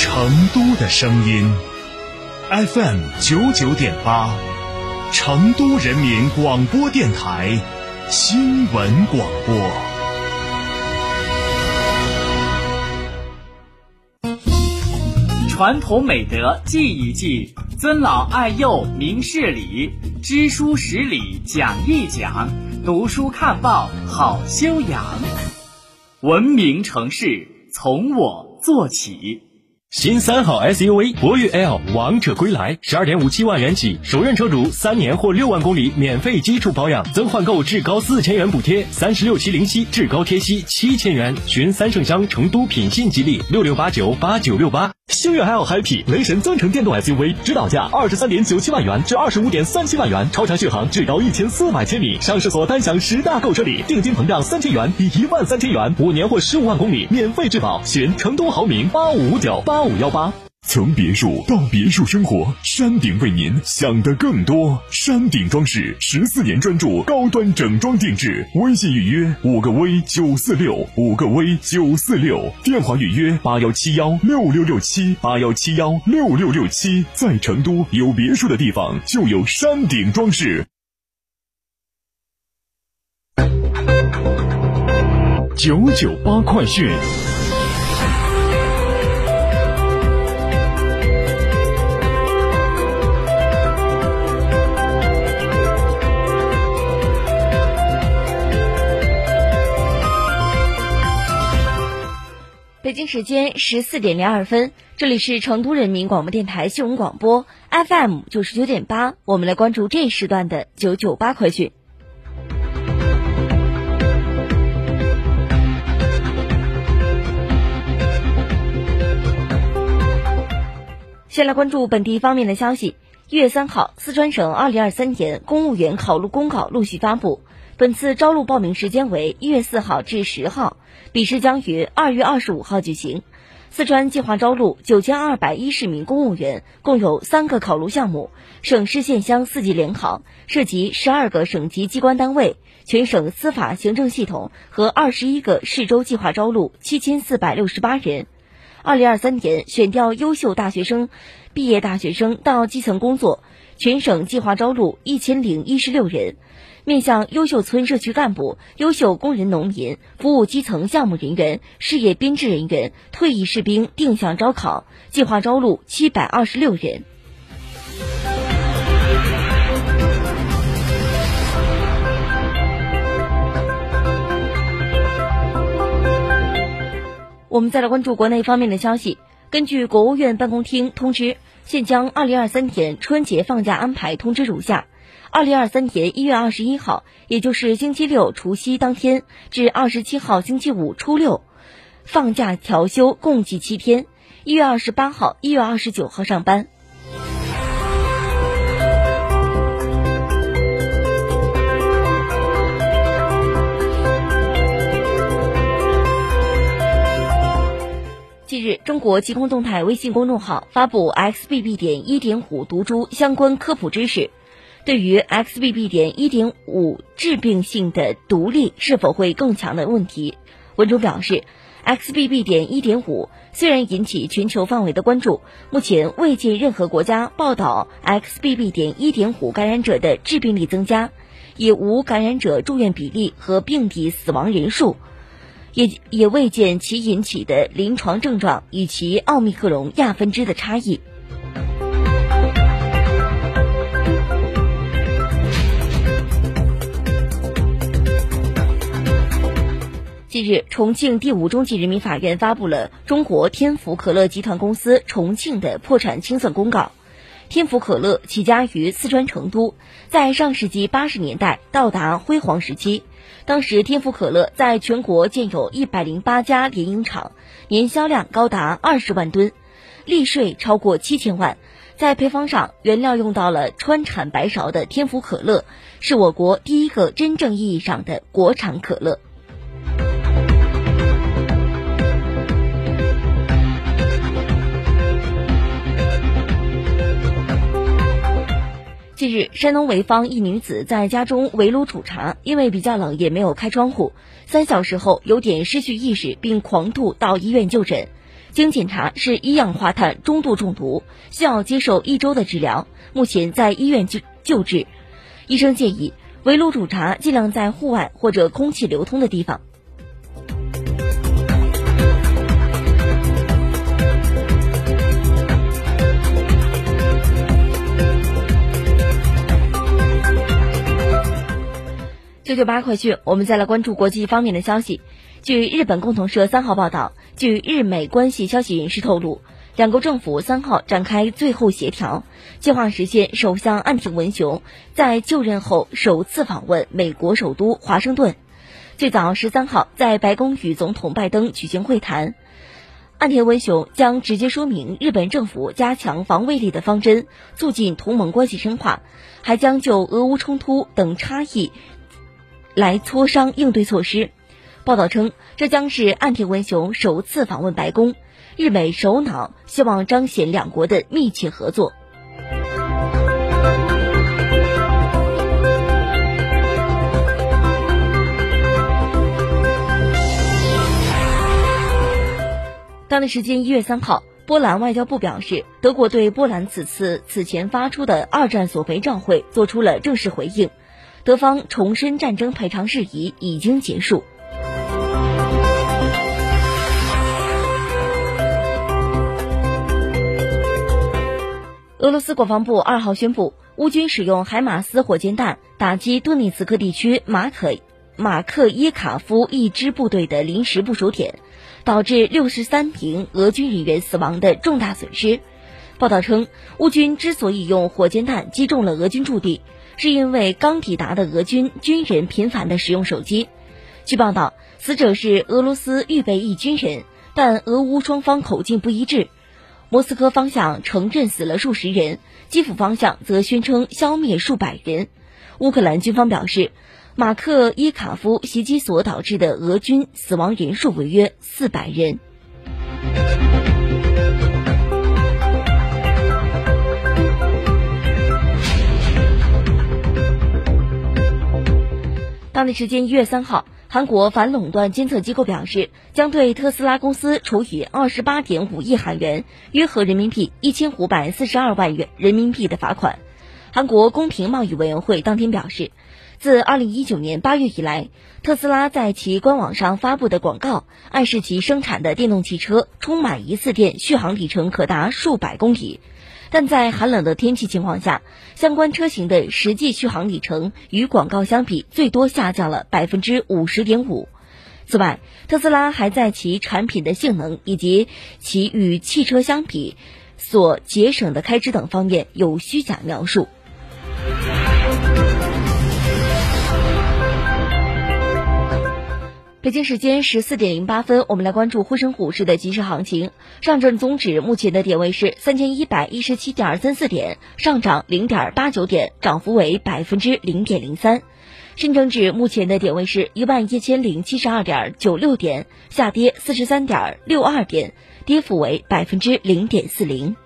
成都的声音 FM 99.8，成都人民广播电台新闻广播。 传统美德记一记，尊老爱幼明事理，知书识礼讲一讲，读书看报好修养。文明城市从我做起。 新3号 SUV 博越 L 王者归来，12.57万元起，首任车主3年或6万公里免费基础保养，增换购至高4000元补贴，36期零息至高贴息7000元。寻三圣乡成都品信吉利66898968。 星越 L Happy 雷神增程电动 SUV， 指导价23.97万元至25.37万元，超长续航至高1400千米，上市所单享10大购车礼，定金膨胀3000元抵13000元，5年或15万公里免费质保。询成都豪明85598518。 从别墅到别墅生活，山顶为您想得更多。山顶装饰14年专注高端整装定制，微信预约5个 V946，5个 V946，电话预约81716667，81716667。在成都有别墅的地方就有山顶装饰。 998快讯。 北京时间14点02分，这里是成都人民广播电台新闻广播 FM 99.8，我们来关注这一时段的998快讯。先来关注本地方面的消息。1月3号，四川省2023年公务员考录公告陆续发布，本次招录报名时间为1月4号至10号，笔试将于2月25号举行。四川计划招录9210名公务员，共有3个考录项目，省市县乡4级联考，涉及12个省级机关单位、全省司法行政系统和21个市州，计划招录7468人。2023年选调优秀大学生、毕业大学生到基层工作，全省计划招录1016人。面向优秀村社区干部、优秀工人农民、服务基层项目人员、事业编制人员、退役士兵定向招考，计划招录726人。我们再来关注国内方面的消息。根据国务院办公厅通知，现将2023年春节放假安排通知如下：2023年1月21号，也就是星期六除夕当天至27号星期五初六，放假调休共计7天。1月28号、1月29号上班。近日，中国疾控动态微信公众号发布 XBB.1.5 毒株相关科普知识。对于 XBB.1.5 致病性的毒力是否会更强的问题，文中表示， XBB.1.5 虽然引起全球范围的关注，目前未见任何国家报道 XBB.1.5 感染者的致病力增加，也无感染者住院比例和病例死亡人数，也未见其引起的临床症状与其奥密克戎亚分支的差异。近日，重庆第5中级人民法院发布了中国天府可乐集团公司重庆的破产清算公告。天府可乐起家于四川成都，在上世纪80年代到达辉煌时期。当时天府可乐在全国建有108家联营厂，年销量高达20万吨，利税超过7000万。在配方上，原料用到了川产白芍的天府可乐，是我国第一个真正意义上的国产可乐。近日，山东潍坊一女子在家中围炉煮茶，因为比较冷也没有开窗户，3小时后有点失去意识并狂吐，到医院就诊。 经检查是一氧化碳中度中毒，需要接受1周的治疗，目前在医院救治。医生建议围炉煮茶尽量在户外或者空气流通的地方。998快讯，我们再来关注国际方面的消息。据日本共同社3号报道，据日美关系消息人士透露，两国政府3号展开最后协调，计划实现首相岸田文雄在就任后首次访问美国首都华盛顿。最早13号在白宫与总统拜登举行会谈，岸田文雄将直接说明日本政府加强防卫力的方针，促进同盟关系深化，还将就俄乌冲突等差异来磋商应对措施。报道称，这将是岸田文雄首次访问白宫，日美首脑希望彰显两国的密切合作。当地时间1月3号，波兰外交部表示，德国对波兰此前发出的二战索赔照会做出了正式回应，德方重申战争赔偿事宜已经结束。俄罗斯国防部2号宣布，乌军使用海马斯火箭弹打击顿涅茨克地区马克耶卡夫一支部队的临时部署点，导致63名俄军人员死亡的重大损失。报道称，乌军之所以用火箭弹击中了俄军驻地，是因为刚抵达的俄军军人频繁地使用手机。据报道，死者是俄罗斯预备役军人，但俄乌双方口径不一致。莫斯科方向承认死了数十人，基辅方向则宣称消灭数百人。乌克兰军方表示，马克耶卡夫袭击所导致的俄军死亡人数为约400人。当地时间1月3号，韩国反垄断监测机构表示，将对特斯拉公司处以28.5亿韩元，约合人民币1542万元人民币的罚款。韩国公平贸易委员会当天表示，自2019年8月以来，特斯拉在其官网上发布的广告暗示其生产的电动汽车充满一次电续航里程可达数百公里，但在寒冷的天气情况下，相关车型的实际续航里程与广告相比最多下降了 50.5%。 此外，特斯拉还在其产品的性能以及其与汽车相比所节省的开支等方面有虚假描述。北京时间14点08分，我们来关注沪深股市的即时行情。上证综指目前的点位是3117.34点，上涨0.89点，涨幅为 0.03%。深成指目前的点位是11072.96点，下跌43.62点，跌幅为 0.40%。